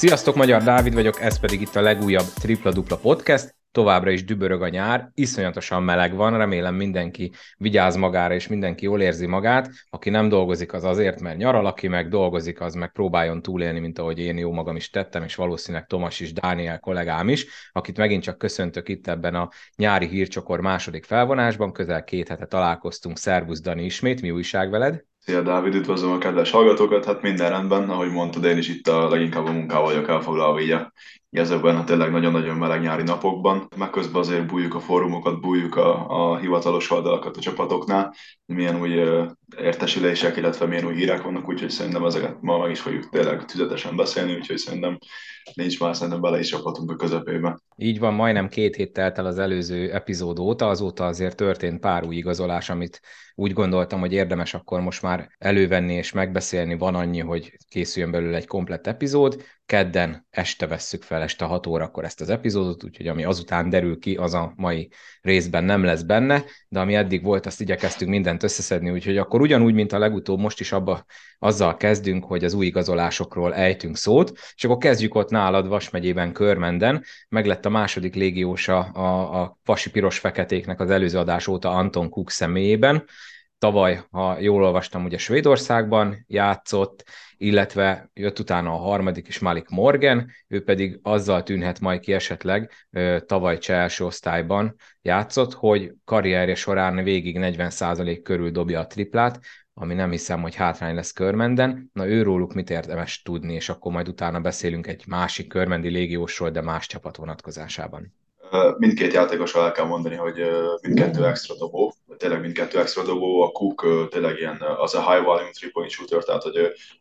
Sziasztok, Magyar Dávid vagyok, ez pedig itt a legújabb Tripla-dupla podcast. Továbbra is dübörög a nyár, iszonyatosan meleg van, remélem mindenki vigyáz magára, és mindenki jól érzi magát. Aki nem dolgozik, az azért, mert nyaral, aki meg dolgozik, az meg próbáljon túlélni, mint ahogy én jó magam is tettem, és valószínűleg Tomas is, Dániel kollégám is, akit megint csak köszöntök itt ebben a nyári hírcsokor második felvonásban. Közel 2 hete találkoztunk. Szervusz, Dani, ismét, mi újság veled? Szia Dávid, üdvözlöm a kedves hallgatókat. Hát minden rendben, ahogy mondtad, én is itt leginkább a munkával vagyok elfoglalva így ezekben a tényleg nagyon-nagyon meleg nyári napokban. Meg közben azért bújjuk a fórumokat, bújjuk a hivatalos oldalakat a csapatoknál, milyen új értesülések, illetve milyen új hírek vannak, úgyhogy szerintem ezeket ma meg is fogjuk tényleg tüzetesen beszélni, úgyhogy szerintem nincs már, szerintem bele is csaphatunk a közepébe. Így van, majdnem 2 hét telt el az előző epizód óta, azóta azért történt pár új igazolás, amit úgy gondoltam, hogy érdemes akkor most már elővenni és megbeszélni. Van annyi, hogy készüljön belőle egy komplett epizód. Kedden este vesszük fel, este 6 órakor ezt az epizódot, úgyhogy ami azután derül ki, az a mai részben nem lesz benne, de ami eddig volt, azt igyekeztünk mindent összeszedni, úgyhogy akkor ugyanúgy, mint a legutóbb, most is azzal kezdünk, hogy az új igazolásokról ejtünk szót, és akkor kezdjük ott nálad Vas megyében, Körmenden. Meglett a második légiósa a Pasi Piros-feketéknek az előző adás óta Anton Cook személyében. Tavaly, ha jól olvastam, ugye Svédországban játszott, illetve jött utána a harmadik is, Malik Morgan, ő pedig azzal tűnhet majd ki esetleg, tavaly cseh első osztályban játszott, hogy karrierje során végig 40% körül dobja a triplát, ami nem hiszem, hogy hátrány lesz Körmenden. Na őróluk mit érdemes tudni, és akkor majd utána beszélünk egy másik körmendi légiósról, de más csapat vonatkozásában. Mindkét játékosról el kell mondani, hogy mindkettő extra dobó, tényleg mindkettő extra dobó, a Cook tényleg ilyen, az a high volume 3-point shooter, tehát hogy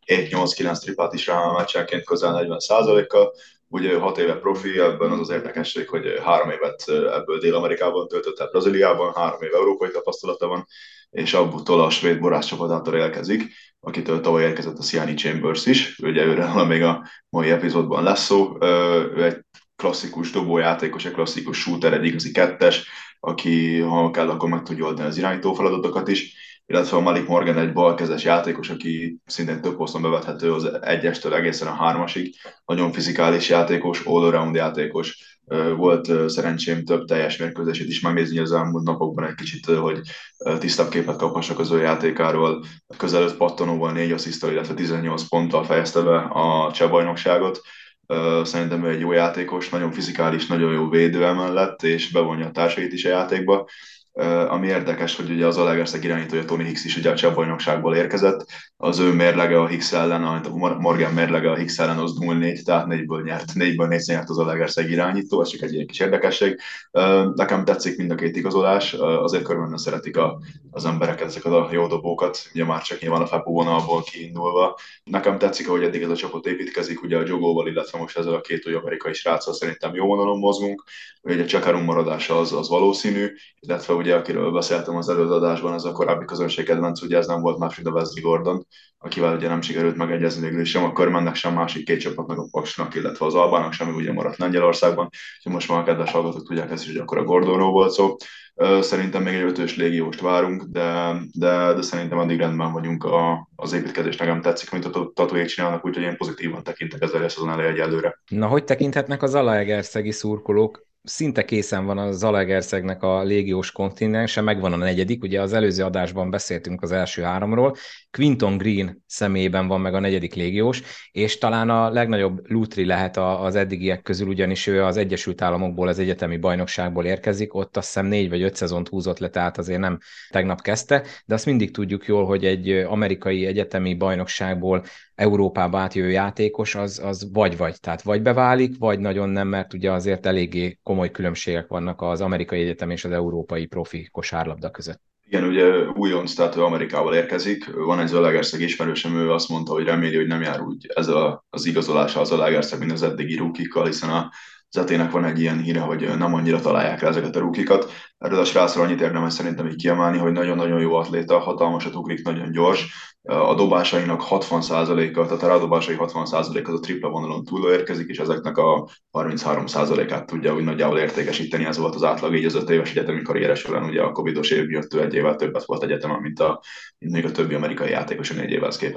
7-8-9 tripát is rá a meccsenként közel 40%-kal, ugye 6 éve profi, ebben az az érdekesség, hogy 3 évet ebből Dél-Amerikában töltött el, Brazíliában, 3 év európai tapasztalata van, és abból a svéd borász csapatától érkezik, akitől tavaly érkezett a Siani Chambers is, ugye őről még a mai epizódban lesz szó. Ő egy klasszikus dobójátékos, egy klasszikus shooter, egy igazi kettes, aki ha kell, akkor meg tudja oldani az irányító feladatokat is, illetve a Malik Morgan egy balkezes játékos, aki szintén több poszton bevethető az egyestől egészen a hármasig. Nagyon fizikális játékos, all-around játékos. Volt szerencsém több teljes mérkőzését is megnézni az elmúlt napokban egy kicsit, hogy tisztább képet kaphassak az ő játékáról. Közel 5 pattanóval, 4 assziszttal, illetve 18 ponttal fejezte be a cseh bajnokságot. Szerintem ő egy jó játékos, nagyon fizikális, nagyon jó védő emellett, és bevonja a társait is a játékba. Ami érdekes, hogy ugye az Zalaegerszeg irányítója Tony Hicks is ugye a cseh bajnokságból érkezett, az ő mérlege a Hicks ellen, a Morgan mérlege a Hicks ellen az 0-4, tehát 4-ből nyert, 4-ből 4 nyert az Zalaegerszeg irányító, ez csak egy ilyen kis érdekesség. Nekem tetszik mind a két igazolás, azért körülbelül szeretik az embereket, ezeket a jó dobókat, ugye már csak nyilván a FEPU vonalból kiindulva. Nekem tetszik, hogy eddig ez a csapat építkezik, ugye a Jogóval, illetve most ezzel a két új amerikai sráccal szerintem jó vonalon mozgunk, hogy a Csakarum maradása az valószínű, illetve ugye akiről beszéltem az előző adásban, ez a korábbi közönség kedvenc, ugye ez nem volt más, mint a Wesley Gordon, akivel ugye nem sikerült megegyezni végül is sem a Körmennek, sem másik két csapatnak, a Paksnak, illetve az Albának, sem ugye maradt Lengyelországban, úgyhogy most már a kedves hallgatók tudják ezt is, hogy akkor a Gordonról volt szó. Szerintem még egy 5-ös légióst várunk, de szerintem addig rendben vagyunk az építkezés, nekem tetszik, amit a Tatuék csinálnak, úgyhogy én pozitívan tekintek ezzel a szezon elé egyelőre. Na, hogy tekinthetnek a zalaegerszegi szurkolók? Szinte készen van a Zalaegerszegnek a légiós kontinense, megvan a negyedik, ugye az előző adásban beszéltünk az első háromról, Quinton Green személyében van meg a negyedik légiós, és talán a legnagyobb lútri lehet az eddigiek közül, ugyanis ő az Egyesült Államokból, az egyetemi bajnokságból érkezik, ott azt hiszem 4 vagy 5 szezont húzott le, tehát azért nem tegnap kezdte, de azt mindig tudjuk jól, hogy egy amerikai egyetemi bajnokságból Európába átjövő játékos, az vagy, tehát vagy beválik, vagy nagyon nem, mert ugye azért eléggé komoly különbségek vannak az amerikai egyetem és az európai profi kosárlabda között. Igen, ugye újonc, tehát ő Amerikából érkezik. Van egy Zalaegerszeg ismerősöm, ő azt mondta, hogy reméli, hogy nem jár úgy ez az igazolása az Zalaegerszeg, mint az eddigi rukikkal, hiszen az ET-nek van egy ilyen híre, hogy nem annyira találják rá ezeket a rukikat. Erről a srácról annyit érdemes szerintem így kiemelni, hogy nagyon-nagyon jó atléta, hatalmasat ugrik, nagyon gyors. A dobásainak 60%-a, tehát a rádobásai 60% az a tripla vonalon túl érkezik, és ezeknek a 33%-át tudja úgy nagyjából értékesíteni. Ez volt az átlag így az 5 éves egyetemi karriere során, ugye a covidos év miatt ő egy évvel többet volt egyetemen, mint még a többi amerikai játékos a 4 évvel képest.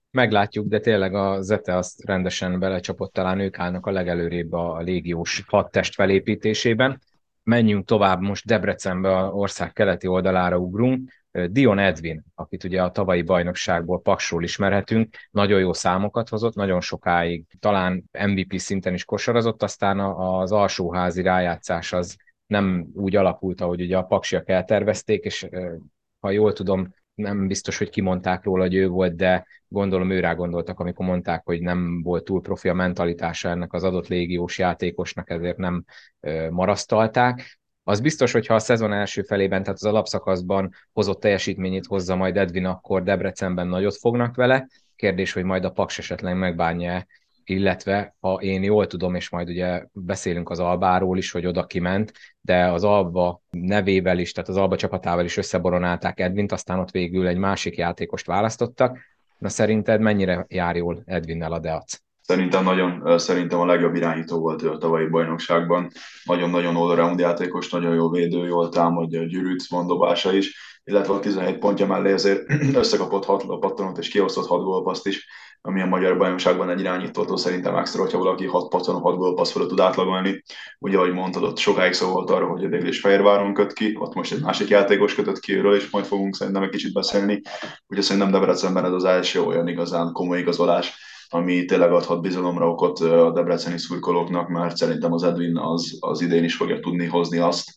Meglátjuk, de tényleg a Zete azt rendesen belecsapott, talán ők állnak a legelőrébb a légiós hadtest felépítésében. Menjünk tovább, most Debrecenbe, a ország keleti oldalára ugrunk. Dion Edwin, akit ugye a tavalyi bajnokságból Paksról ismerhetünk, nagyon jó számokat hozott, nagyon sokáig, talán MVP szinten is kosarazott, aztán az alsóházi rájátszás az nem úgy alakult, ahogy ugye a paksiak eltervezték, és ha jól tudom, nem biztos, hogy kimondták róla, hogy ő volt, de gondolom őrá gondoltak, amikor mondták, hogy nem volt túl profi a mentalitása ennek az adott légiós játékosnak, ezért nem marasztalták. Az biztos, hogy ha a szezon első felében, tehát az alapszakaszban hozott teljesítményét hozza majd Edwin, akkor Debrecenben nagyot fognak vele. Kérdés, hogy majd a Paks esetleg megbánja, illetve ha én jól tudom, és majd ugye beszélünk az Albáról is, hogy oda kiment, de az Alba nevével is, tehát az Alba csapatával is összeboronálták Edwint, aztán ott végül egy másik játékost választottak. Na szerinted mennyire jár jól Edwinnel a Deac? Szerintem a legjobb irányító volt ő a tavalyi bajnokságban. Nagyon-nagyon all-around játékos, nagyon jó védő, jól támadja, gyűrűt, van dobása is, illetve a 17 pontja mellé azért összekapott 6 pattanot és kiosztott 6 gólpaszt is, ami a magyar bajnokságban egy irányítótól szerintem extra, hogyha valaki 6 pattanot, 6 gólpassz fölött tud átlagolni. Ugye, ahogy mondtad, ott sokáig szó volt arra, hogy végül is Fehérváron köt ki, ott most egy másik játékos kötött ki, őről is majd fogunk szerintem egy kicsit beszélni. Ugye szerintem Debrecenben ez az első olyan igazán komoly igazolás, ami tényleg adhat bizalomra okot a debreceni szurkolóknak, mert szerintem az Edwin az idén is fogja tudni hozni azt,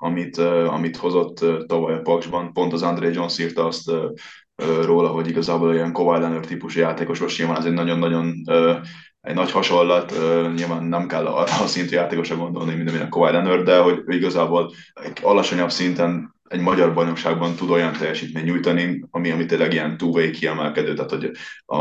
amit hozott tavaly a Paksban. Pont az André Jones írta azt róla, hogy igazából ilyen Kawhi Leonard típusú játékos, most nyilván ez egy nagyon-nagyon egy nagy hasonlat, nyilván nem kell arra a szintű játékosra gondolni, mint amilyen Kawhi Leonard, de hogy igazából egy alacsonyabb szinten egy magyar bajnokságban tud olyan teljesítményt nyújtani, ami tényleg ilyen two-way kiemelkedő, tehát hogy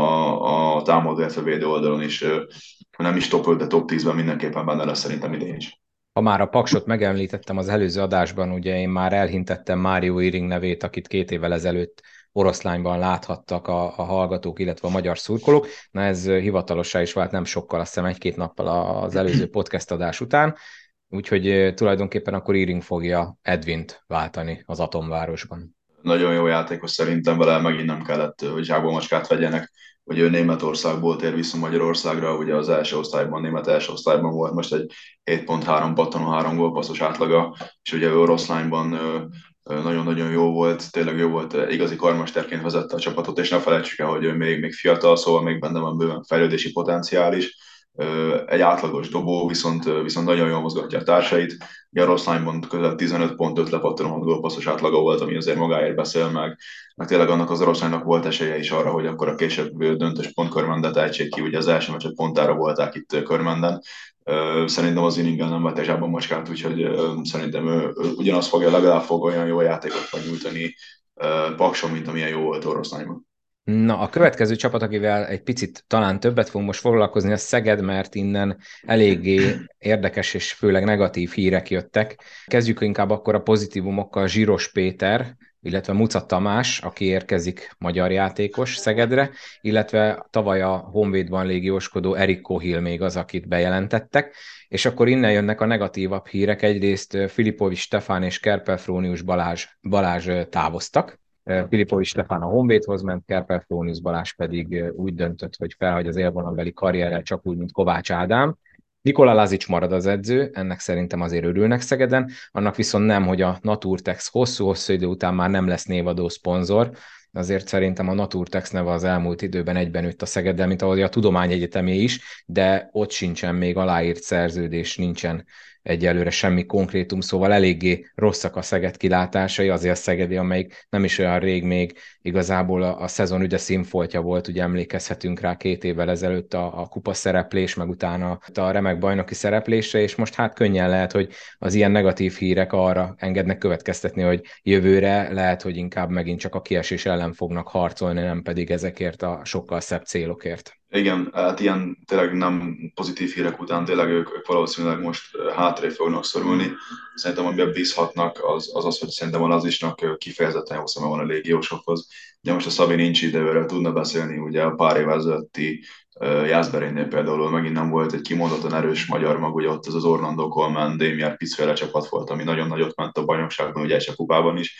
a támadó, illetve védő oldalon is, ha nem is top 5, de top 10-ben mindenképpen benne lesz szerintem idén is. Ha már a Paksot megemlítettem az előző adásban, ugye én már elhintettem Mário Iring nevét, akit 2 évvel ezelőtt Oroszlányban láthattak a hallgatók, illetve a magyar szurkolók. Na ez hivatalossá is vált nem sokkal, azt hiszem 1-2 nappal az előző podcast adás után. Úgyhogy tulajdonképpen akkor Iring fogja Edwint váltani az Atomvárosban. Nagyon jó játékos szerintem, vele megint nem kellett, hogy zsákból macskát vegyenek, hogy ő Németországból tér vissza Magyarországra, ugye az első osztályban, német első osztályban volt most egy 7,3 pattanó, 3 gólpasszos átlaga, és ugye ő Oroszlányban nagyon-nagyon jó volt, tényleg jó volt, igazi karmesterként vezette a csapatot, és ne felejtsük el, hogy ő még fiatal, szóval még benne van bőven fejlődési potenciál is. Egy átlagos dobó, viszont nagyon jól mozgatja a társait. Oroszlányban közel 15 pont, 5 lepattanó, 6 gólpasszos átlaga volt, ami azért magáért beszél meg tényleg annak az Oroszlánynak volt esélye is arra, hogy akkor a később döntős pontkörmendet ejtsék ki, ugye az első meccset pontára volták itt körmenden. Szerintem az Inningen nem vett egy zsában macskát, úgyhogy szerintem ő ugyanazt fogja, legalább fog olyan jó játékot majd nyújtani Pakson, mint amilyen jó volt Oroszlányban. Na, a következő csapat, akivel egy picit talán többet fogunk most foglalkozni, a Szeged, mert innen eléggé érdekes és főleg negatív hírek jöttek. Kezdjük inkább akkor a pozitívumokkal. Zsiros Péter, illetve Muca Tamás, aki érkezik magyar játékos Szegedre, illetve tavaly a Honvédban légióskodó Erik Kohil még az, akit bejelentettek. És akkor innen jönnek a negatívabb hírek. Egyrészt Filipovics Stefán és Kerpel-Frónius Balázs távoztak. Filipovics Stefán a Honvédhoz ment, Kerpel-Frónius Balázs pedig úgy döntött, hogy felhagy az élvonalbeli karrierrel, csak úgy, mint Kovács Ádám. Nikola Lazic marad az edző, ennek szerintem azért örülnek Szegeden, annak viszont nem, hogy a Naturtex hosszú-hosszú idő után már nem lesz névadó szponzor, azért szerintem a Naturtex neve az elmúlt időben egyben ütt a Szegeddel, mint ahogy a Tudományegyetemé is, de ott sincsen még aláírt szerződés, nincsen egyelőre semmi konkrétum, szóval eléggé rosszak a Szeged kilátásai, azért a Szegedi, amelyik nem is olyan rég még igazából a szezon üde színfoltja volt, ugye emlékezhetünk rá 2 évvel ezelőtt a kupa szereplés, meg utána a remek bajnoki szereplésre, és most hát könnyen lehet, hogy az ilyen negatív hírek arra engednek következtetni, hogy jövőre lehet, hogy inkább megint csak a kiesés ellen fognak harcolni, nem pedig ezekért a sokkal szebb célokért. Igen, hát ilyen tényleg nem pozitív hírek után tényleg ők valószínűleg most hátrébb fognak szorulni. Szerintem, amiben bízhatnak, az, hogy szerintem a Lazisnak kifejezetten jó szeme van a légiósokhoz. Ugye most a Szabi nincs ide, őről tudna beszélni, ugye a pár évvel ezelőtti Jászberénnél például megint nem volt egy kimondottan erős magyar mag, ugye ott az Orlando Coleman, Démiár Piszféle csapat volt, ami nagyon nagyot ment a bajnokságban, ugye egy kupában is.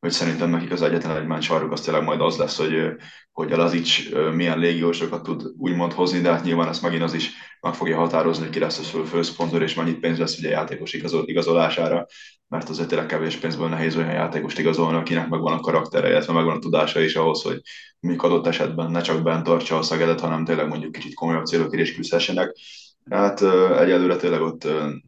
hogy szerintem nekik az egyetlen egy meccsarjuk az tényleg majd az lesz, hogy a Lazic milyen légiósokat tud úgymond hozni, de hát nyilván ezt megint az is meg fogja határozni, hogy ki lesz a főszponzor, és mennyit pénz lesz ugye játékos igazolására, mert azért tényleg kevés pénzből nehéz olyan játékost igazolni, akinek megvan a karaktere, illetve megvan a tudása is ahhoz, hogy még adott esetben ne csak bent tartsa a Szegedet, hanem tényleg mondjuk kicsit komolyabb célokért is küzdhessenek. Hát egyelőre tényleg ott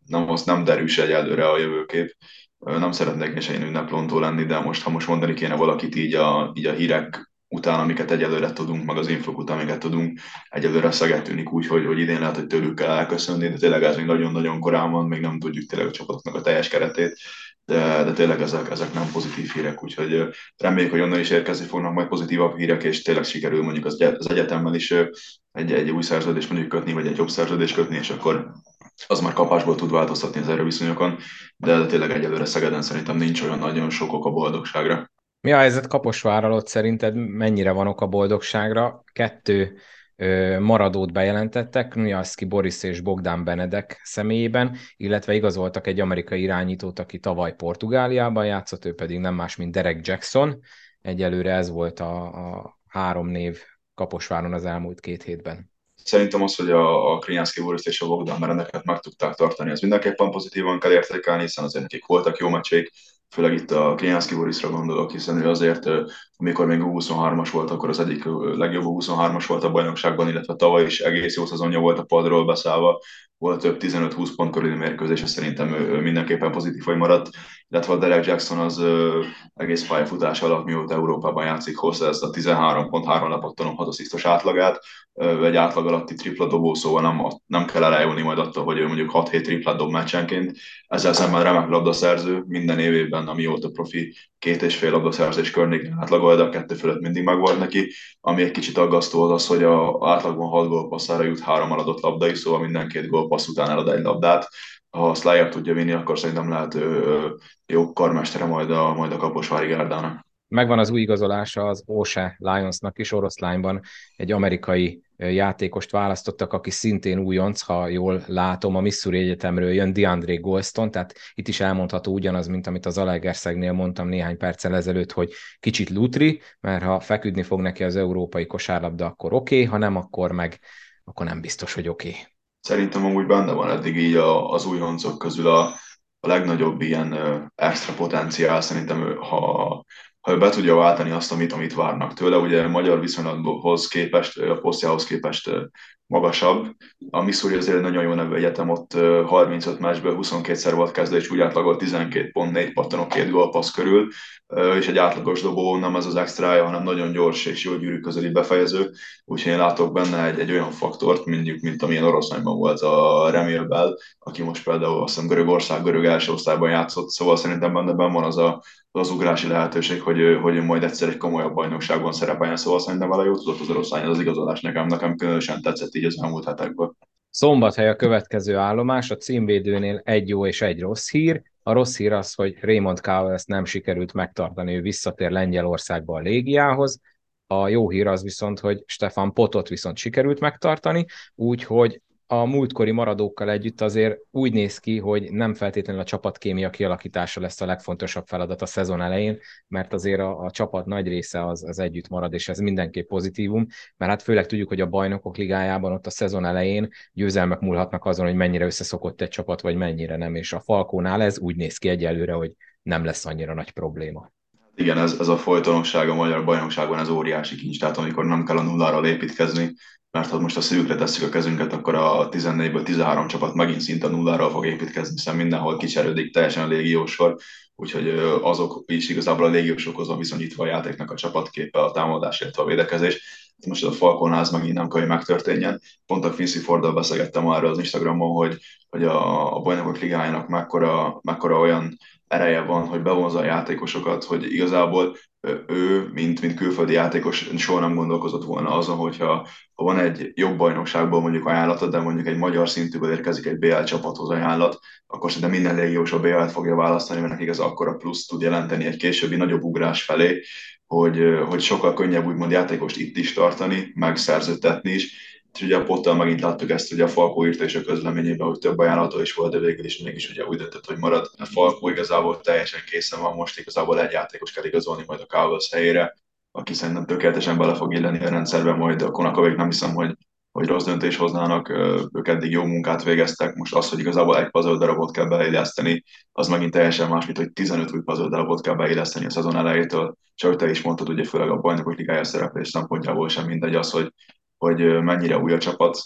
nem derűs egyelőre a jövőkép. Nem szeretnék én ünneplóntól lenni, de most, ha most mondani kéne valakit így a hírek után, amiket egyelőre tudunk, meg az infok után, amiket tudunk, egyelőre Szeged tűnik úgy, hogy idén lehet, hogy tőlük kell elköszönni, de tényleg ez még nagyon-nagyon korán van, még nem tudjuk tényleg a csapatoknak a teljes keretét, de tényleg ezek nem pozitív hírek, úgyhogy reméljük, hogy onnan is érkezni fognak majd pozitívabb hírek, és tényleg sikerül mondjuk az egyetemmel is egy új szerződést mondjuk kötni, vagy egy jobb szerződést kötni, és akkor az már kapásból tud változtatni az erőviszonyokon, de tényleg egyelőre Szegeden szerintem nincs olyan nagyon sok ok a boldogságra. Mi a helyzet Kaposvárral ott szerinted? Mennyire van ok a boldogságra? Kettő maradót bejelentettek, Knyazki Boris és Bogdan Benedek személyében, illetve igazoltak egy amerikai irányítót, aki tavaly Portugáliában játszott, ő pedig nem más, mint Derek Jackson. Egyelőre ez volt a három név Kaposváron az elmúlt 2 hétben. Szerintem az, hogy a Kriánszki Boriszt és a Bogdan Mereneket meg tudták tartani, az mindenképpen pozitívan kell értékelni, hiszen azért nekik voltak jó meccseik, főleg itt a Kriánszki Borisra gondolok, hiszen ő azért, amikor még U23-as volt, akkor az egyik legjobb U23-as volt a bajnokságban, illetve tavaly is egész jó szezonja volt a padról beszállva, volt több 15-20 pont körüli mérkőzés, és szerintem ő mindenképpen pozitív, hogy maradt, illetve a Derek Jackson az egész pályafutás alatt, mióta Európában játszik, hozza ezt a 13.3 lepattanó 6 asszisztos átlagát, egy átlag alatti tripla dobó, szóval nem kell elájulni majd attól, hogy ő mondjuk 6-7 triplát dob meccsenként. Ezzel szemben remek labdaszerző, minden évében, amióta profi, 2,5 labdaszerzés környékén átlagol, de a 2 fölött mindig megvolt neki. Ami egy kicsit aggasztó az, hogy átlagban 6 gólpasszára jut 3 eladott labda is, szóval minden 2 gólpassz után elad egy labdát. Ha azt lejjebb tudja vinni, akkor szerintem lehet jó karmestere majd a Kaposvári Gárdának. Megvan az új igazolása az Óse Lionsnak is, oroszlányban egy amerikai játékost választottak, aki szintén újonc, ha jól látom, a Missouri Egyetemről jön, DeAndre Golston, tehát itt is elmondható ugyanaz, mint amit az Zalaegerszegnél mondtam néhány perccel ezelőtt, hogy kicsit lutri, mert ha feküdni fog neki az európai kosárlabda, akkor oké, ha nem, akkor nem biztos, hogy oké. Szerintem amúgy benne van eddig így az újoncok közül a legnagyobb ilyen extra potenciál, szerintem ha ő be tudja váltani azt, amit várnak tőle, ugye magyar viszonylathoz képest, a posztjához képest magasabb. A Missouri azért egy nagyon jó nevű egyetem, ott 35 meccsből 22-szer volt kezdő, és úgy átlagolt 12 pont, 4 pattanok, 2 gólpassz körül, és egy átlagos dobó nem ez az extrája, hanem nagyon gyors és jó gyűrű közeli befejező, úgyhogy én látok benne egy olyan faktort, mondjuk, mint amilyen Oroszlányban volt a Remil Bell, aki most például azt hiszem görög első osztályban játszott, szóval szerintem benne van az ugrási lehetőség, hogy majd egyszer egy komolyabb bajnokságban szerepeljen, szóval szerintem vele jó tudott az Oroszlány, az igazolás nekem különösen tetszett így az elmúlt hetekben. Szombathely a következő állomás, a címvédőnél egy jó és egy rossz hír. A rossz hír az, hogy Raymond Cowell-t nem sikerült megtartani, ő visszatér Lengyelországba a Légiához. A jó hír az viszont, hogy Stefan Potot viszont sikerült megtartani, úgyhogy a múltkori maradókkal együtt azért úgy néz ki, hogy nem feltétlenül a csapatkémia kialakítása lesz a legfontosabb feladat a szezon elején, mert azért a csapat nagy része az együtt marad, és ez mindenképp pozitívum, mert hát főleg tudjuk, hogy a bajnokok ligájában ott a szezon elején győzelmek múlhatnak azon, hogy mennyire összeszokott egy csapat, vagy mennyire nem, és a Falkónál ez úgy néz ki egyelőre, hogy nem lesz annyira nagy probléma. Igen, ez a folytonosság a magyar bajnokságban, ez óriási kincs, tehát amikor nem kell a nulláról építkezni, mert ha most a szívükre tesszük a kezünket, akkor a 14-ből 13 csapat megint szinte nulláról fog építkezni, hiszen mindenhol kicserődik teljesen a légiósor, úgyhogy azok is igazából a légiósokhoz van viszonyítva a játéknak a csapatképe, a támadás, illetve a védekezés. Most a Falconnál ez megint nem kell, hogy megtörténjen. Pont a Quincy Forddal beszélgettem arra az Instagramon, hogy a bajnokok ligájának mekkora olyan ereje van, hogy bevonza a játékosokat, hogy igazából ő, mint külföldi játékos soha nem gondolkozott volna azon, hogyha ha van egy jobb bajnokságból mondjuk ajánlatod, de mondjuk egy magyar szintűből érkezik egy BL csapathoz ajánlat, akkor szerintem minden légiós a BL-t fogja választani, mert nekik ez akkora plusz tud jelenteni egy későbbi nagyobb ugrás felé, hogy sokkal könnyebb úgymond játékost itt is tartani, meg szerződtetni is, És ugye a Pottal megint láttuk ezt, ugye a Falkó írta is a közleményében, hogy több ajánlata is volt, de végül is mégis ugye úgy döntött, hogy marad. A Falkó igazából teljesen készen van, most igazából egy játékos kell igazolni majd a Cowboys helyére, aki szerintem tökéletesen bele fog illeni a rendszerbe, majd a Konakovék nem hiszem, hogy rossz döntés hoznának, ők eddig jó munkát végeztek, most az, hogy igazából egy puzzle darabot kell beilleszteni, az megint teljesen más, mint hogy 15 új puzzle darabot kell beilleszteni a szezon elejétől, és ahogy te is mondtad, ugye főleg a bajnokok ligája szereplés szempontjából sem mindegy az, hogy mennyire új a csapat,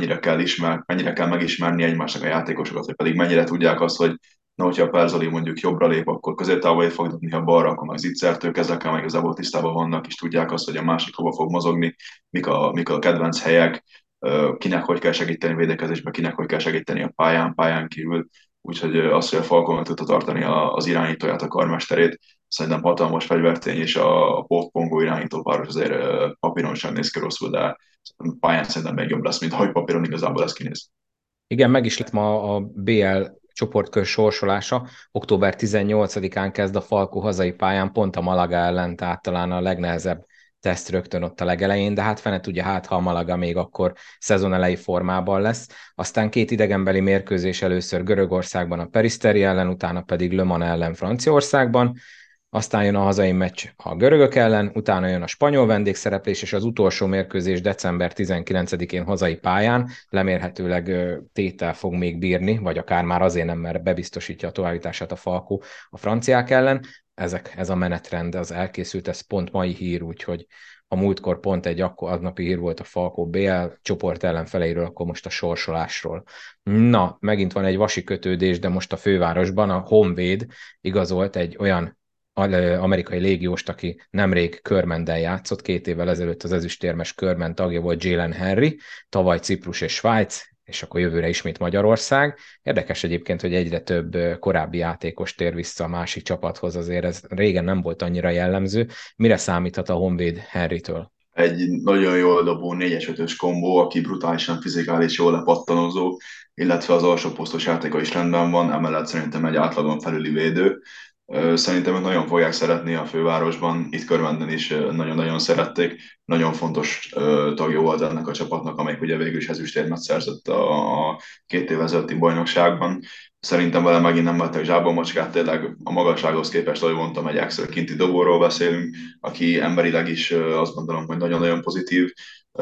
mennyire kell megismerni egymásnak a játékosokat, vagy pedig mennyire tudják azt, hogy na, hogyha a Perzoli mondjuk jobbra lép, akkor középtávol fog dobni, ha balra, akkor meg zicsertők, ezekkel meg igazából tisztában vannak, és tudják azt, hogy a másik hova fog mozogni, mik a kedvenc helyek, kinek hogy kell segíteni védekezésbe, kinek hogy kell segíteni a pályán kívül. Úgyhogy az, hogy a Falcon meg tudta tartani az irányítóját, a karmesterét, szerintem hatalmas fegyvertény, és a Pongó irányító páros azért papíron sem néz ki rosszul, de pályán szerintem még jobb lesz, mint ahogy papíron igazából ez kinéz. Igen, meg is lett ma a BL csoportkör sorsolása. Október 18-án kezd a Falco hazai pályán, pont a Malaga ellen, tehát talán a legnehezebb teszt rögtön ott a legelején, de hát fene tudja, hát ha a Malaga még akkor szezon elejé formában lesz. Aztán két idegenbeli mérkőzés először Görögországban a Peristeri ellen, utána pedig Le Mans ellen Franciaországban. Aztán jön a hazai meccs a görögök ellen, utána jön a spanyol vendégszereplés, és az utolsó mérkőzés december 19-én hazai pályán, lemérhetőleg téttel fog még bírni, vagy akár már azért nem, mert bebiztosítja a továbbjutását a Falkó a franciák ellen. Ez a menetrend, az elkészült, ez pont mai hír, úgyhogy a múltkor pont egy aznapi hír volt a Falkó BL csoport ellenfeleiről, akkor most a sorsolásról. Na, megint van egy vasi kötődés, de most a fővárosban a Honvéd igazolt egy olyan amerikai légióst, aki nemrég Körmenden játszott, 2 évvel ezelőtt az ezüstérmes Körmen tagja volt Jalen Henry, tavaly Ciprus és Svájc, és akkor jövőre ismét Magyarország. Érdekes egyébként, hogy egyre több korábbi játékos tér vissza a másik csapathoz, azért ez régen nem volt annyira jellemző. Mire számíthat a Honvéd Henrytől? Egy nagyon jól dobó 4-5-ös kombó, aki brutálisan fizikális, jól lepattanozó, illetve az alsó posztos játéka is rendben van, emellett szerintem egy átlagon felüli védő. Szerintem őt nagyon fogják szeretni a fővárosban, itt Körmenden is nagyon-nagyon szerették. Nagyon fontos tagja volt ennek a csapatnak, amelyik ugye végül is ezüstérmet szerzett a 2 évvel ezelőtti bajnokságban. Szerintem vele megint nem vettek zsákba macskát, tényleg a magassághoz képest, ahogy mondtam, egy extra kinti dobóról beszélünk, aki emberileg is azt gondolom, hogy nagyon-nagyon pozitív.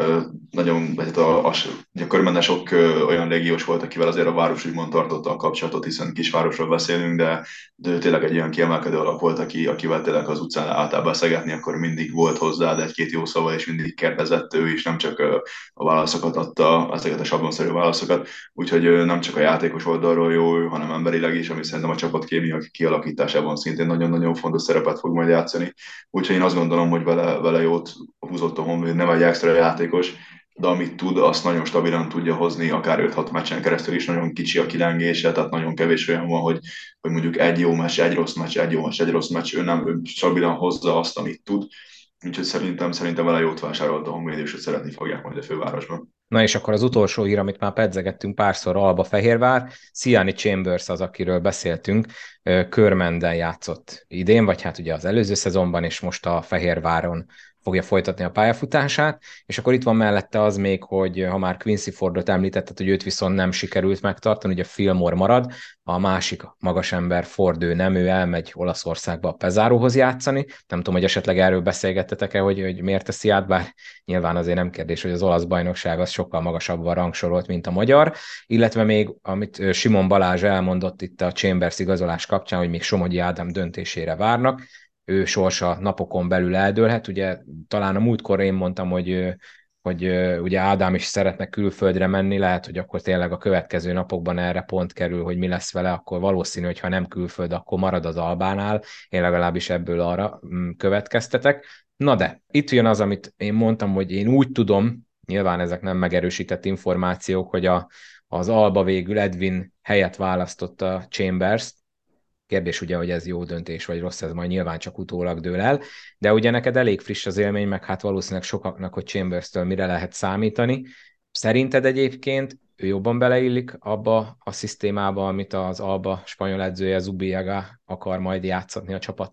Nagyon, ugye Körmenden sok olyan légiós volt, akivel azért a város úgymond tartotta a kapcsolatot, hiszen kisvárosról beszélünk, de ő tényleg egy olyan kiemelkedő alak volt, akivel tényleg az utcán álltál beszélgetni, akkor mindig volt hozzá, de egy-két jó szava, és mindig kérdezett ő is, nem csak a válaszokat adta, ezeket a sablonszerű válaszokat, úgyhogy nem csak a játékos oldalról jó, hanem emberileg is, ami szerintem a csapatkémia kialakításában szintén nagyon-nagyon fontos szerepet fog majd játszani. Úgyhogy én azt gondolom, hogy vele jót húzott a Honvéd, nem egy extra játékos, de amit tud, azt nagyon stabilan tudja hozni, akár 5-6 meccsen keresztül is, nagyon kicsi a kilengése, tehát nagyon kevés olyan van, hogy mondjuk egy jó meccs, egy rossz meccs, egy jó meccs, egy rossz meccs, ő stabilan hozza azt, amit tud, úgyhogy szerintem vele jót vásárolt a Honvéd, és hogy szeretni fogják majd a fővárosban. Na és akkor az utolsó hír, amit már pedzegettünk párszor, Alba-Fehérvár, Siani Chambers az, akiről beszéltünk, Körmenden játszott idén, vagy hát ugye az előző szezonban, és most a Fehérváron fogja folytatni a pályafutását, és akkor itt van mellette az még, hogy ha már Quincy Fordot említetted, hogy őt viszont nem sikerült megtartani, ugye Fillmore marad, a másik magas ember Ford, ő nem, ő elmegy Olaszországba a Pezáróhoz játszani, nem tudom, hogy esetleg erről beszélgettetek-e, hogy miért teszi át, bár nyilván azért nem kérdés, hogy az olasz bajnokság az sokkal magasabban rangsorolt, mint a magyar, illetve még, amit Simon Balázs elmondott itt a Chambers igazolás kapcsán, hogy még Somogyi Ádám döntésére várnak, ő sorsa napokon belül eldőlhet. Ugye talán a múltkor én mondtam, hogy ugye Ádám is szeretne külföldre menni, lehet, hogy akkor tényleg a következő napokban erre pont kerül, hogy mi lesz vele, akkor valószínű, hogy ha nem külföld, akkor marad az Albánál, én legalábbis ebből arra következtetek. Na de, itt jön az, amit én mondtam, hogy én úgy tudom, nyilván ezek nem megerősített információk, hogy az Alba végül Edwin helyett választotta Chambers. Kérdés ugye, hogy ez jó döntés, vagy rossz, ez majd nyilván csak utólag dől el, de ugye neked elég friss az élmény, meg hát valószínűleg sokaknak, hogy Chambers-től mire lehet számítani. Szerinted egyébként ő jobban beleillik abba a szisztémába, amit az Alba spanyol edzője Zubiaga akar majd játszatni a csapattal?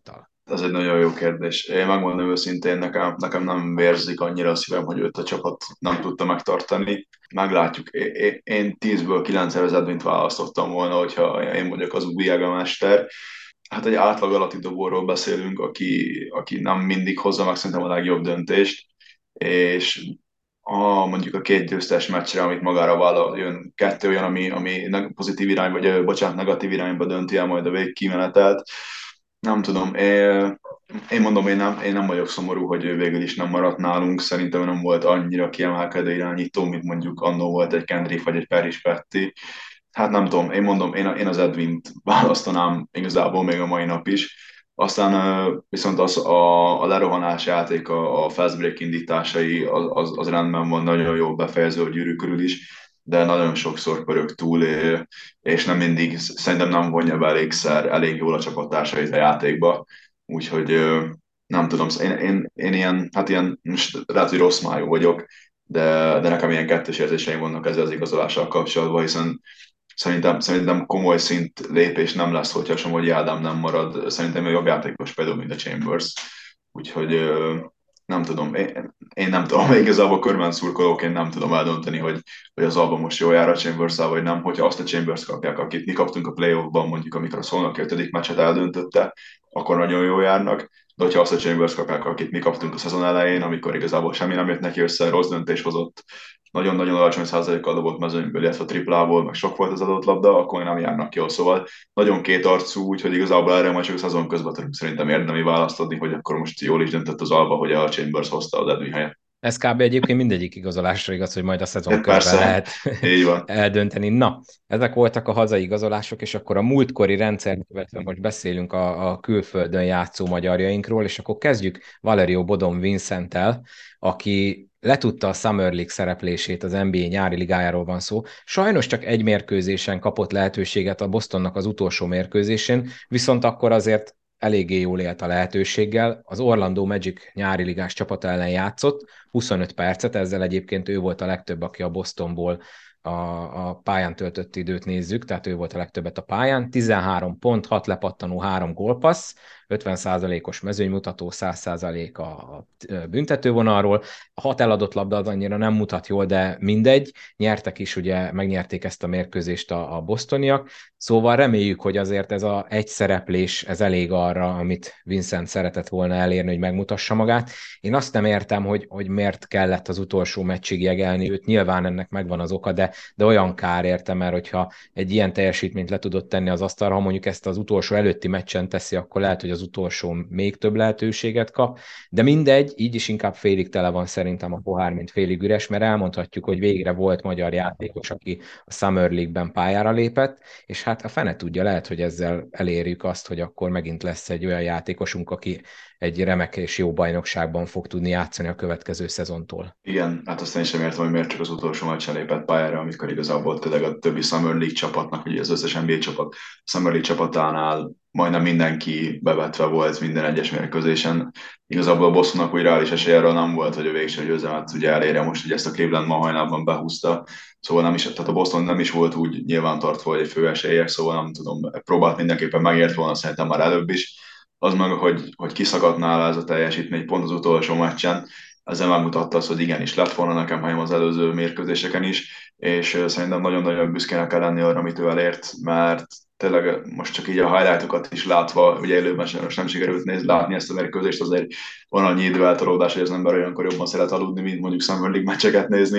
Ez egy nagyon jó kérdés. Én megmondom őszintén, nekem nem vérzik annyira a szívem, hogy őt a csapat nem tudta megtartani. Meglátjuk. Én 10-ből 9-re az Edwint választottam volna, hogyha én vagyok az Ubiega mester. Hát egy átlag alatti dobóról beszélünk, aki nem mindig hozza meg szerintem a legjobb döntést, és mondjuk a két győztes meccsre, amit magára vállal, jön kettő olyan, ami pozitív irány, vagy bocsánat, negatív irányba dönti el majd a végkimenetelt. Nem tudom, én mondom, én nem vagyok szomorú, hogy ő végül is nem maradt nálunk. Szerintem nem volt annyira kiemelkedő irányító, mint mondjuk annó volt egy Kendrick vagy egy Peris Petti. Hát nem tudom, én mondom, én az Edwint választanám igazából még a mai nap is. Aztán viszont a lerohanás játék, a fast break indításai, az rendben van, nagyon jól befejező a gyűrű körül is, de nagyon sokszor pörög túl, és nem mindig, szerintem nem vonja be elég jól a csapattársait a játékba. Úgyhogy nem tudom, én ilyen, hát ilyen, most lehet, hogy rossz májú vagyok, de nekem ilyen kettős érzéseim vannak ezzel az igazolással kapcsolatban, hiszen szerintem komoly szint lépés nem lesz, hogyha Somogyi Ádám nem marad. Szerintem ő jobb játékos például, mint a Chambers. Úgyhogy nem tudom, én nem tudom, igazából körben szurkolóként nem tudom eldönteni, hogy az Alba most jól jár a chambers vagy nem. Hogyha azt a Chambers kapják, akit mi kaptunk a playoffban, mondjuk amikor a Szolnoki 5. meccset eldöntötte, akkor nagyon jól járnak. De hogyha azt a Chambers kapják, akit mi kaptunk a szezon elején, amikor igazából semmi nem jött neki össze, rossz döntés hozott, nagyon-nagyon alacsony százalékkal dobott mezőnyből, illetve triplából, meg sok volt az adott labda, akkor nem járnak jól. Szóval nagyon kétarcú, úgyhogy igazából erre majd csak a szezon közben tudunk szerintem érdemi választ adni, hogy akkor most jól is döntött az Alba, hogy a Chambers hozta az Edwin helyet. Ez kb. Egyébként mindegyik igazolásra igaz, hogy majd a szezon Hát közben persze, lehet így van. eldönteni. Na, ezek voltak a hazai igazolások, és akkor a múltkori rendszert követve most beszélünk a külföldön játszó magyarjainkról, és akkor kezdjük Valerio Bodon Vincenttel, aki letudta a Summer League szereplését, az NBA nyári ligájáról van szó. Sajnos csak egy mérkőzésen kapott lehetőséget a Bostonnak az utolsó mérkőzésén, viszont akkor azért eléggé jól élt a lehetőséggel. Az Orlando Magic nyári ligás csapata ellen játszott, 25 percet, ezzel egyébként ő volt a legtöbb, aki a Bostonból a pályán töltött időt nézzük, tehát ő volt a legtöbbet a pályán. 13 pont, 6 lepattanó, 3 gólpassz, 50%-os mezőnymutató, 100% a büntetővonalról. A 6 eladott labda az annyira nem mutat jól, de mindegy. Nyertek is, ugye megnyerték ezt a mérkőzést a bostoniak. Szóval reméljük, hogy azért ez a egy szereplés, ez elég arra, amit Vincent szeretett volna elérni, hogy megmutassa magát. Én azt nem értem, hogy miért kellett az utolsó meccsig jegelni őt. Nyilván ennek megvan az oka, de olyan kár érte, mert hogyha egy ilyen teljesítményt le tudott tenni az asztalra, ha mondjuk ezt az utolsó előtti meccsen teszi, akkor lehet, hogy az utolsó még több lehetőséget kap. De mindegy, így is inkább félig tele van szerintem a pohár, mint félig üres, mert elmondhatjuk, hogy végre volt magyar játékos, aki a Summer League-ben pályára lépett, és hát a fene tudja, lehet, hogy ezzel elérjük azt, hogy akkor megint lesz egy olyan játékosunk, aki egy remek és jó bajnokságban fog tudni játszani a következő szezontól. Igen, hát azt én sem értem, hogy miért csak az utolsó meccsen lépett pályára, amikor igazából tényleg a többi Summer League csapatnak, ugye az összes NBA csapat Summer League csapatánál majdnem mindenki bevetve volt minden egyes mérkőzésen. Igazából a Bostonnak úgy reális esélye arra nem volt, hogy a végső győzelmet ugye elérje most, hogy ezt a Cleveland ma hajnalban behúzta. Szóval nem is, tehát a Boston nem is volt úgy nyilvántartva, hogy egy fő esélye, szóval nem tudom, próbált mindenképpen megért volna szerintem már előbb is. Az meg, hogy kiszakadt nála ez a teljesítmény pont az utolsó meccsen, ezzel megmutatta azt, hogy igenis lett volna nekem helyem az előző mérkőzéseken is, és szerintem nagyon-nagyon büszkének kell lenni arra, amit ő elért, mert tényleg most csak így a highlightokat is látva, ugye élőben sem most nem sikerült látni ezt a mérkőzést, azért van annyi időeltolódás, hogy az ember olyankor jobban szeret aludni, mint mondjuk Summer League meccseket nézni,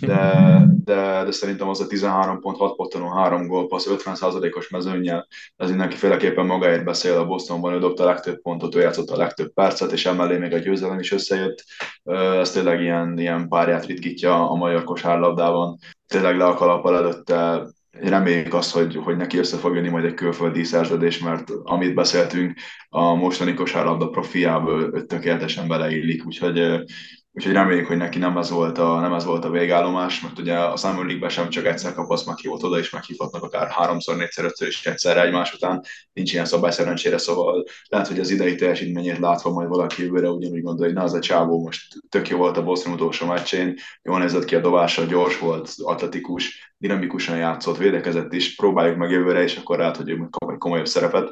de szerintem az a 13 pont, 6 pottanó, 3 gólpassz, 50%-os mezőnnyel, ez mindenkiféleképpen magáért beszél. A Bostonban ő dobta a legtöbb pontot, ő játszott a legtöbb percet, és emellé még a győzelem is összejött. Ez tényleg ilyen párját ritkítja a magyar kosárlabdában. Tényleg le a kalappal előtte, reméljük azt, hogy neki össze fog jönni majd egy külföldi szerződés, mert amit beszéltünk, a mostani kosárlabda profiából tökéletesen beleillik, úgyhogy reméljük, hogy neki nem ez volt a végállomás, mert ugye a Summer League-ben sem csak egyszer kapsz meghívott oda, és meghívhatnak akár háromszor, négyszer, ötször is egyszerre egymás után. Nincs ilyen szabály szerencsére, szóval lehet, hogy az idei teljesítményét látva majd valaki jövőre ugyanúgy gondolja, hogy na, az a csávó most tök jó volt a Boston utolsó meccsén, jól nézett ki a dobása, gyors volt, atletikus, dinamikusan játszott, védekezett is, próbáljuk meg jövőre, és akkor lehet, hogy ő kap egy komolyabb szerepet.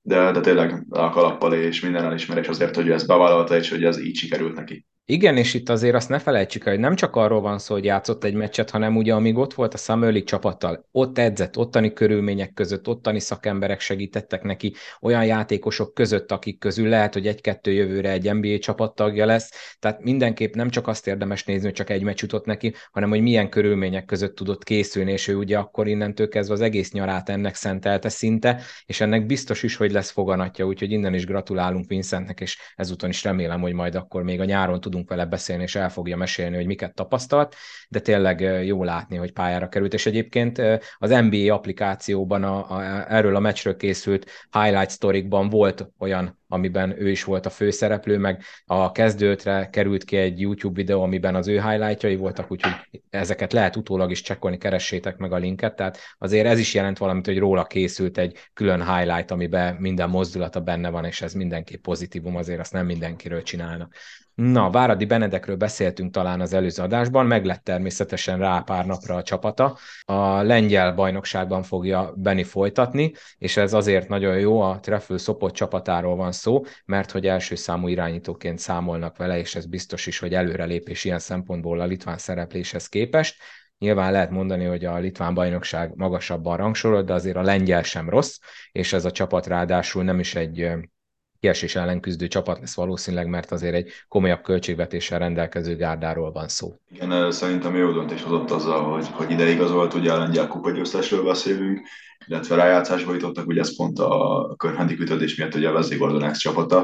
de tényleg a kalappal és minden elismerés azért, hogy ő ezt bevállalta, és hogy ez így sikerült neki. Igen, és itt azért azt ne felejtsük el, hogy nem csak arról van szó, hogy játszott egy meccset, hanem ugye amíg ott volt a Summer League csapattal, ott edzett, ottani körülmények között, ottani szakemberek segítettek neki, olyan játékosok között, akik közül lehet, hogy egy-kettő jövőre egy NBA csapattagja lesz. Tehát mindenképp nem csak azt érdemes nézni, hogy csak egy meccs jutott neki, hanem hogy milyen körülmények között tudott készülni, és ő ugye akkor innentől kezdve az egész nyarát ennek szentelte szinte, és ennek biztos is, hogy lesz foganatja, úgyhogy innen is gratulálunk Vincentnek, és ezúton is remélem, hogy majd akkor még a nyáron tudunk vele beszélni, és el fogja mesélni, hogy miket tapasztalt, de tényleg jó látni, hogy pályára került, és egyébként az NBA applikációban erről a meccsről készült highlight sztorikban volt olyan, amiben ő is volt a főszereplő, meg a kezdőtre került ki egy YouTube videó, amiben az ő highlightjai voltak, úgyhogy ezeket lehet utólag is csekkolni, keressétek meg a linket, tehát azért ez is jelent valamit, hogy róla készült egy külön highlight, amiben minden mozdulata benne van, és ez mindenképp pozitívum, azért azt nem mindenkiről csinálnak. Na, Váradi Benedekről beszéltünk talán az előző adásban, meg lett természetesen rá pár napra a csapata. A lengyel bajnokságban fogja Beni folytatni, és ez azért nagyon jó, a Trefl Sopot csapatáról van szó, mert hogy első számú irányítóként számolnak vele, és ez biztos is, hogy előrelépés ilyen szempontból a litván szerepléshez képest. Nyilván lehet mondani, hogy a litván bajnokság magasabban rangsorolt, de azért a lengyel sem rossz, és ez a csapat ráadásul nem is egy kiesés ellen küzdő csapat lesz valószínűleg, mert azért egy komolyabb költségvetéssel rendelkező gárdáról van szó. Igen, szerintem jó döntés hozott azzal, hogy ide igazolt, ugye a lengyel kupagyőztesről beszélünk, illetve rájátszásba jutottak, ugye ez pont a körhendi ütödés miatt ugye a Wesley Gordon ex csapata,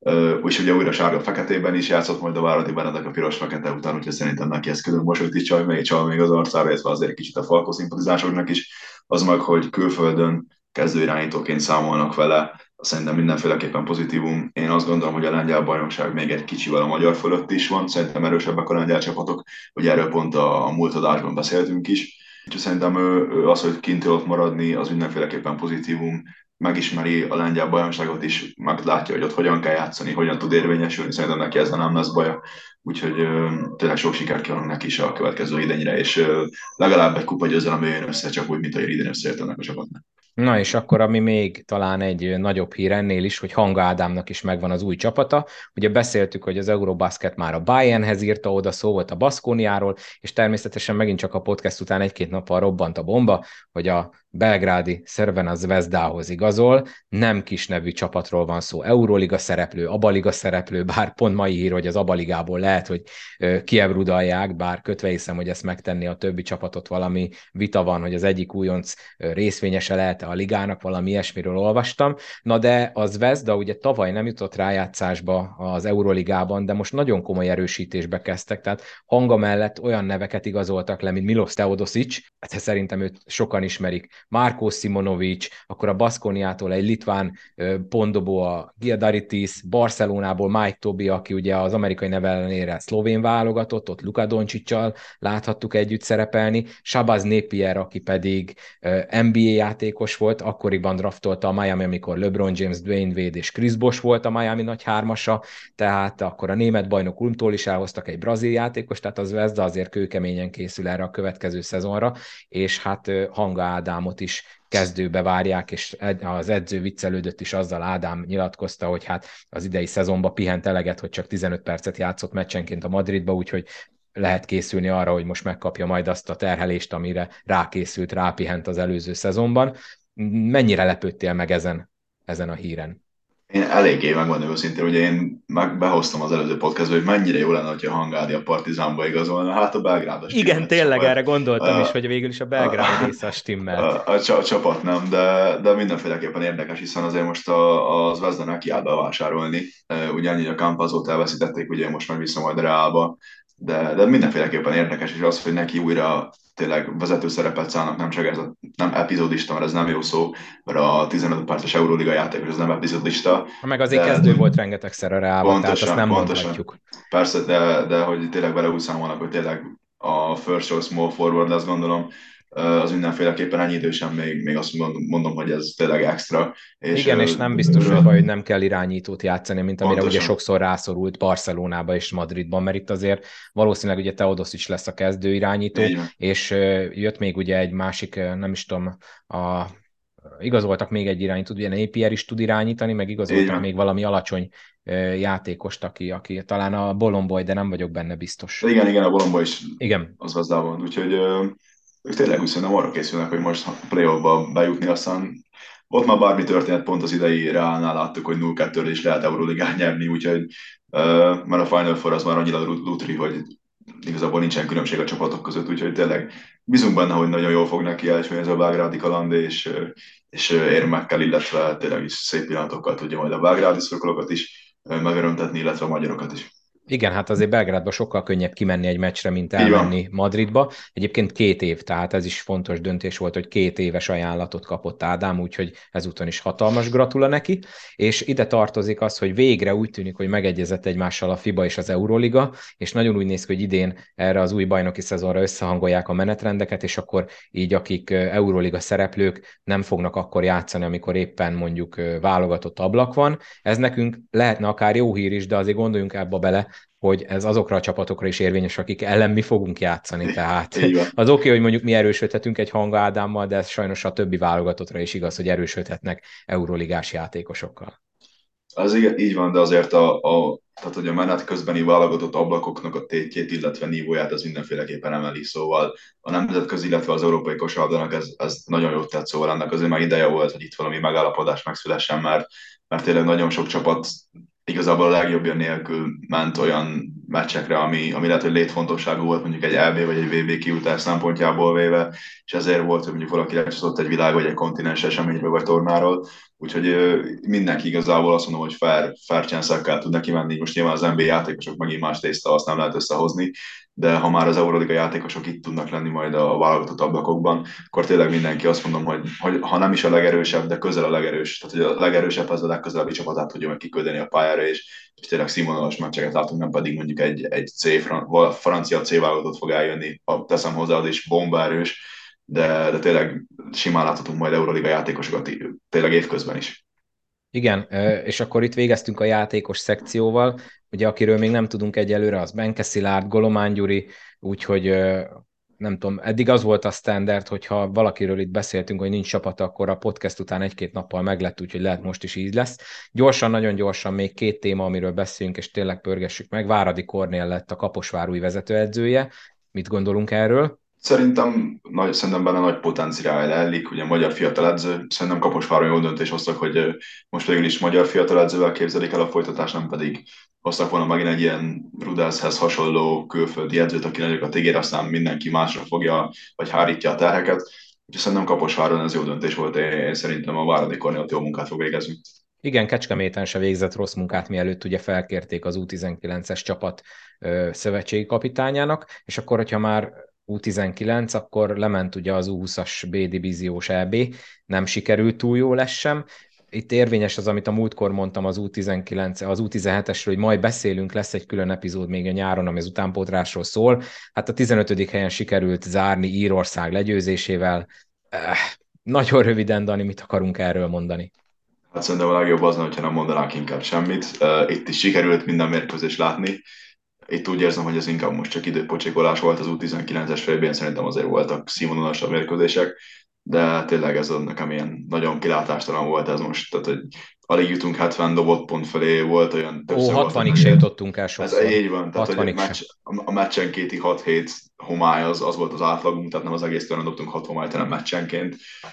és ugye újra sárga-feketében is játszott majd a Váradi Benedek a piros-fekete után, úgyhogy szerintem neki ez külön mosolyt is csal még az arcára, illetve azért kicsit a Falko szimpatizásoknak is, az meg, hogy külföldön kezdőirányítóként számolnak vele, szerintem mindenféleképpen pozitívum. Én azt gondolom, hogy a lengyel bajnokság még egy kicsivel a magyar fölött is van, szerintem erősebbek a lengyel csapatok, hogy erről pont a múlt adásban beszéltünk is. Úgyhogy szerintem ő az, hogy kint tudott maradni, az mindenféleképpen pozitívum, megismeri a lengyel bajnokságot is, meglátja, hogy ott hogyan kell játszani, hogyan tud érvényesülni, szerintem neki ezzel nem lesz baja. Úgyhogy tényleg sok sikert kívánok neki is a következő idényre, és legalább egy kupa győzelem jöjjön össze, csak úgy, mint a idén összejött ennek a csapatnak. Na és akkor, ami még talán egy nagyobb hír ennél is, hogy Hanga Ádámnak is megvan az új csapata. Ugye beszéltük, hogy az Eurobasket már a Bayernhez írta oda, szó volt a Baskoniáról, és természetesen megint csak a podcast után egy-két nappal robbant a bomba, hogy a belgrádi Crvena Zvezdához igazol, nem kis nevű csapatról van szó, Euroliga szereplő, Abaliga szereplő, bár pont mai hír, hogy az Abaligából lehet, hogy kievrudalják, bár kötve hiszem, hogy ezt megtenni a többi csapatot, valami vita van, hogy az egyik újonc részvényese lehet a ligának, valami ilyesmiről olvastam. Na de az Zvezda ugye tavaly nem jutott rájátszásba az Euroligában, de most nagyon komoly erősítésbe kezdtek, tehát Hanga mellett olyan neveket igazoltak le, mint Milos Teodosic, hát szerintem őt sokan ismerik, Márkó Simonovic, akkor a Baskoniától egy litván pondobó, a Giadaritis, Barcelonából Mike Tobi, aki ugye az amerikai neve ellenére szlovén válogatott, ott Luka Doncsicsal láthattuk együtt szerepelni, Shabazz Napier, aki pedig NBA játékos volt, akkoriban draftolta a Miami, amikor LeBron James, Dwayne Wade és Chris Bosh volt a Miami nagy hármasa, tehát akkor a német bajnok Ulmtól is elhoztak egy brazil játékos, tehát az Zvezda azért kőkeményen készül erre a következő szezonra, és hát Hanga Ádámot is kezdőbe várják, és az edző viccelődött is azzal, Ádám nyilatkozta, hogy hát az idei szezonban pihent eleget, hogy csak 15 percet játszott meccsenként a Madridba, úgyhogy lehet készülni arra, hogy most megkapja majd azt a terhelést, amire rákészült, rápihent az előző szezonban. Mennyire lepődtél meg ezen a híren? Én eléggé, megmondom őszintén, ugye én behoztam az előző podcastba, hogy mennyire jó lenne, hogyha Hangádi a Partizánba igazolna, hát a belgrádos Igen, tényleg erre gondoltam is, a, hogy végül is a a, belgrádi része a stimmelt. a csapat nem, de mindenféleképpen érdekes, hiszen azért most a Zvezda nekiáll bevásárolni. Ugyanígy a Campazót elveszítették, ugye most meg vissza majd a Reálba, de mindenféleképpen érdekes, és az, hogy neki újra tényleg vezető szerepet szállnak, nem csak ez a, nem epizódista, mert ez nem jó szó, mert a 15 perces Euróliga játékos az nem epizódista, Meg azért de kezdő volt rengetegszer a Reálba, tehát azt nem pontosan. mondhatjuk. Persze, de hogy tényleg vele úgy számolnak, hogy tényleg a first choice small forward lesz, gondolom, az mindenféleképpen ennyi idősen még azt mondom, hogy ez tényleg extra. És Igen, és nem biztos, hogy baj, hogy nem kell irányítót játszani, mint amire ugye pontosan, sokszor rászorult Barcelonába és Madridban, mert itt azért valószínűleg ugye Teodosic lesz a kezdő irányító, így van. és jött még ugye egy másik, nem is tudom, a igazoltak még egy irányítót, ugye Napier is tud irányítani, meg Így igazoltak még van. valami alacsony játékost, aki talán a Bolomboy, de nem vagyok benne biztos. Igen, igen, a Bolomba is Igen. az gazdában, úgyhogy ők tényleg úgy szerintem arra készülnek, hogy most a play-offba bejutni, aztán ott már bármi történet, pont az idei Reálnál láttuk, hogy 0-2-ről is lehet Euroligát nyerni, úgyhogy mert a Final Four az már annyira lutri, hogy igazából nincsen különbség a csapatok között, úgyhogy tényleg bízunk benne, hogy nagyon jól fog neki elsülni ez a belgrádi kaland, és érmekkel, illetve tényleg is szép pillanatokkal tudja majd a belgrádi szurkolókat is megörömtetni, illetve a magyarokat is. Igen, hát azért Belgrádba sokkal könnyebb kimenni egy meccsre, mint Így van. elmenni Madridba. Egyébként 2 év, tehát ez is fontos döntés volt, hogy 2 éves ajánlatot kapott Ádám, úgyhogy ezúton is hatalmas gratula neki. És ide tartozik az, hogy végre úgy tűnik, hogy megegyezett egymással a FIBA és az Euroliga, és nagyon úgy néz ki, hogy idén erre az új bajnoki szezonra összehangolják a menetrendeket, és akkor így akik Euroliga szereplők nem fognak akkor játszani, amikor éppen mondjuk válogatott ablak van. Ez nekünk lehetne akár jó hír is, de azért gondoljunk ebbe bele, hogy ez azokra a csapatokra is érvényes, akik ellen mi fogunk játszani. Tehát Így van. az oké, hogy mondjuk mi erősödhetünk egy Hanga Ádámmal, de ez sajnos a többi válogatottra is igaz, hogy erősödhetnek euroligás játékosokkal. Az igen, így van, de azért tehát, hogy a menet közbeni válogatott ablakoknak a tétjét, illetve nívóját ez mindenféleképpen emeli, szóval a nemzetközi, illetve az európai kosárlabdának ez nagyon jót tett, szóval ennek azért már ideje volt, hogy itt valami megállapodás megszülessen, mert tényleg nagyon sok csapat igazából a legjobbja nélkül ment olyan meccsekre, ami lehet, hogy létfontosságú volt mondjuk egy EB vagy egy VB kijutás szempontjából véve, és ezért volt, hogy mondjuk valaki lecsúszott egy világ vagy egy kontinens eseményről vagy tornáról. Úgyhogy mindenki igazából azt mondom, hogy fair chance-ekkel tud neki menni. Most nyilván az NBA játékosok megint más tészta, azt nem lehet összehozni, de ha már az Euroliga játékosok itt tudnak lenni majd a válogatott ablakokban, akkor tényleg mindenki azt mondom, hogy ha nem is a legerősebb, de közel a legerős, tehát hogy a legerősebb az a legközelebbi csapatát tudja meg kiküldeni a pályára, és tényleg színvonalas meccseket látunk, nem pedig mondjuk egy francia C válogatott fog eljönni, teszem hozzá, az is bombaerős, de tényleg simán láthatunk majd Euroliga játékosokat tényleg évközben is. Igen, és akkor itt végeztünk a játékos szekcióval, ugye akiről még nem tudunk egyelőre, az Benke Szilárd, Golomán Gyuri, úgyhogy nem tudom, eddig az volt a standard, hogyha valakiről itt beszéltünk, hogy nincs csapata, akkor a podcast után 1-2 nappal meglett, úgyhogy lehet most is így lesz. Gyorsan, nagyon gyorsan még 2 téma, amiről beszélünk, és tényleg pörgessük meg. Váradi Kornél lett a Kaposvár új vezetőedzője. Mit gondolunk erről? Szerintem benne nagy potenciál ellik, ugye magyar fiatal edző, szerintem Kaposváron jó döntés hoztak, hogy most végül is magyar fiatal edzővel képzelik el a folytatást, nem pedig hoztak volna megint egy ilyen Rudelshez hasonló külföldi edzőt, aki nagyokat ígér, aztán mindenki másra fogja, vagy hárítja a terheket. Úgyhogy szerintem Kaposváron ez jó döntés volt, én szerintem a Váradi Kornél jó munkát fog végezni. Igen, Kecskeméten se végzett rossz munkát, mielőtt ugye felkérték az U19-es csapat szövetségi kapitányának, és akkor, hogyha már U19, akkor lement ugye az U20-as B divíziós EB, nem sikerült túl jól ez sem. Itt érvényes az, amit a múltkor mondtam az U19, az U17-esről, hogy majd beszélünk, lesz egy külön epizód még a nyáron, ami az utánpótlásról szól. Hát a 15. helyen sikerült zárni Írország legyőzésével. Nagyon röviden, Dani, mit akarunk erről mondani? Hát szerintem a legjobb az, hogyha nem mondanák inkább semmit. Itt is sikerült minden mérkőzést látni. Itt úgy érzem, hogy ez inkább most csak időpocsékolás volt az U19-es félben, szerintem azért voltak színvonalasabb mérkőzések, de tényleg ez nekem ilyen nagyon kilátástalan volt ez most, tehát hogy alig jutunk 70 dobott pont felé, volt olyan Ó, többször volt, 60-ig se jutottunk el ez sokszor. így van, tehát hogy 60-ig se. a meccsenkéti 6-7 homály az volt az átlagunk, tehát nem az egész tornán dobtunk 6 homályt, hanem meccsenként.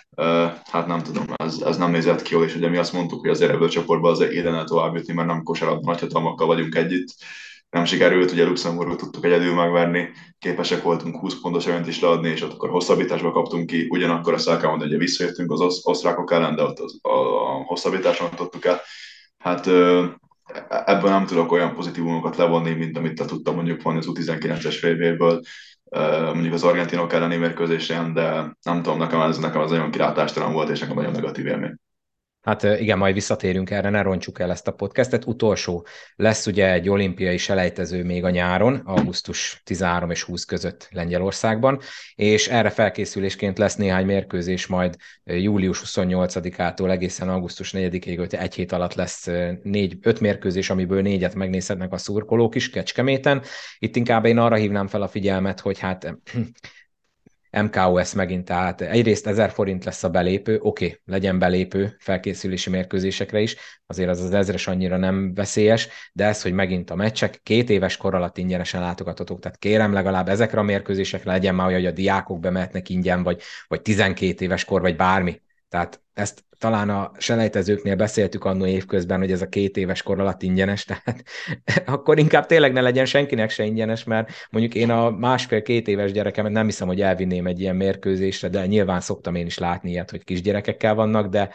Hát nem tudom, ez nem nézett ki jól, és ugye mi azt mondtuk, hogy azért ebből a csoportban azért élene tovább jutni, mert nem kosárlabda nagyhatalmakkal vagyunk együtt. Nem sikerült, ugye Luxemburgot tudtuk egyedül megverni, képesek voltunk 20 pontos előnyt is leadni, és ott akkor hosszabbításba kaptunk ki, ugyanakkor azt el kell mondani, hogy visszajöttünk az osztrákok ellen, de ott a hosszabbításon tudtuk el. Hát ebből nem tudok olyan pozitívumokat levonni, mint amit te tudtam mondjuk vonni az U19-es félből, mondjuk az argentinok elleni mérkőzésen, de nem tudom, nekem ez nagyon kilátástalan volt, és nekem nagyon negatív élmény. Hát igen, majd visszatérünk erre, ne rontsuk el ezt a podcastet. Utolsó lesz ugye egy olimpiai selejtező még a nyáron, augusztus 13 és 20 között Lengyelországban, és erre felkészülésként lesz néhány mérkőzés majd július 28-ától egészen augusztus 4-ig, 1 hét alatt lesz 5 mérkőzés, amiből 4-et megnézhetnek a szurkolók is Kecskeméten. Itt inkább én arra hívnám fel a figyelmet, hogy hát MKOS megint, tehát egyrészt 1000 forint lesz a belépő, oké, legyen belépő felkészülési mérkőzésekre is, azért az 1000-es annyira nem veszélyes, de ez, hogy megint a meccsek 2 éves kor alatt ingyenesen látogathatók, tehát kérem legalább ezekre a mérkőzésekre legyen már olyan, hogy a diákok bemehetnek ingyen, vagy 12 éves kor, vagy bármi. Tehát ezt talán a selejtezőknél beszéltük annó évközben, hogy ez a 2 éves kor alatt ingyenes, tehát akkor inkább tényleg ne legyen senkinek se ingyenes, mert mondjuk én a 1,5-2 éves gyerekemet nem hiszem, hogy elvinném egy ilyen mérkőzésre, de nyilván szoktam én is látni ilyet, hogy kisgyerekekkel vannak, de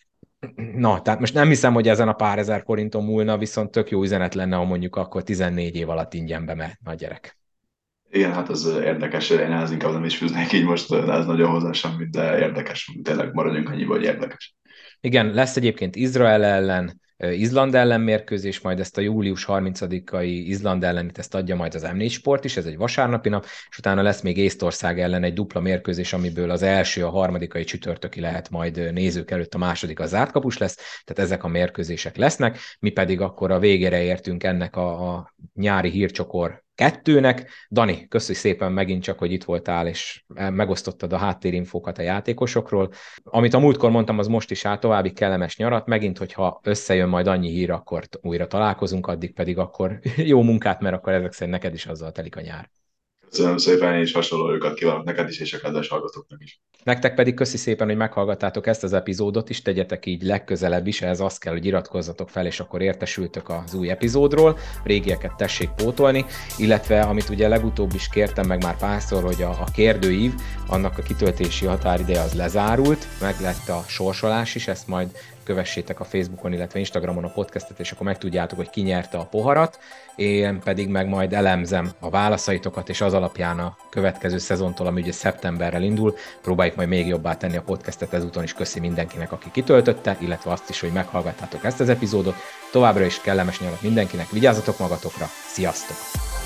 na, tehát most nem hiszem, hogy ezen a pár ezer forinton múlna, viszont tök jó üzenet lenne, ha mondjuk akkor 14 év alatt ingyenbe mehetne a gyerek. Igen, hát ez érdekes, én ez inkább nem is fűznék így most, ez nagyon hozzá semmit, de érdekes, tényleg maradjunk annyiba, hogy érdekes. Igen, lesz egyébként Izrael ellen, Izland ellen mérkőzés, majd ezt a július 30-ai Izland ellenit ezt adja majd az M4 Sport is, ez egy vasárnapi nap, és utána lesz még Észtország ellen egy dupla mérkőzés, amiből az első, a harmadikai csütörtöki lehet majd nézők előtt, a második az zártkapus lesz, tehát ezek a mérkőzések lesznek, mi pedig akkor a végére értünk ennek a nyári hírcsokor 2-nek. Dani, köszönjük szépen megint csak, hogy itt voltál, és megosztottad a háttérinfókat a játékosokról. Amit a múltkor mondtam, az most is áll, további kellemes nyarat. Megint, hogyha összejön majd annyi hír, akkor újra találkozunk, addig pedig akkor jó munkát, mert akkor ezek szerint neked is azzal telik a nyár. Köszönöm szépen, és hasonló őket kívánok neked is, és a kedves hallgatóknak is. Nektek pedig köszi szépen, hogy meghallgattátok ezt az epizódot is, tegyetek így legközelebb is, ehhez az kell, hogy iratkozzatok fel, és akkor értesültök az új epizódról, régieket tessék pótolni, illetve amit ugye legutóbb is kértem meg már párszor, hogy a kérdőív, annak a kitöltési határideje az lezárult, meg lett a sorsolás is, ezt majd kövessétek a Facebookon, illetve Instagramon a podcastet, és akkor megtudjátok, hogy ki nyerte a poharat, én pedig meg majd elemzem a válaszaitokat, és az alapján a következő szezontól, ami ugye szeptemberrel indul, próbáljuk majd még jobbá tenni a podcastet, ezúton is köszi mindenkinek, aki kitöltötte, illetve azt is, hogy meghallgattátok ezt az epizódot. Továbbra is kellemes nyarat mindenkinek, vigyázzatok magatokra, sziasztok!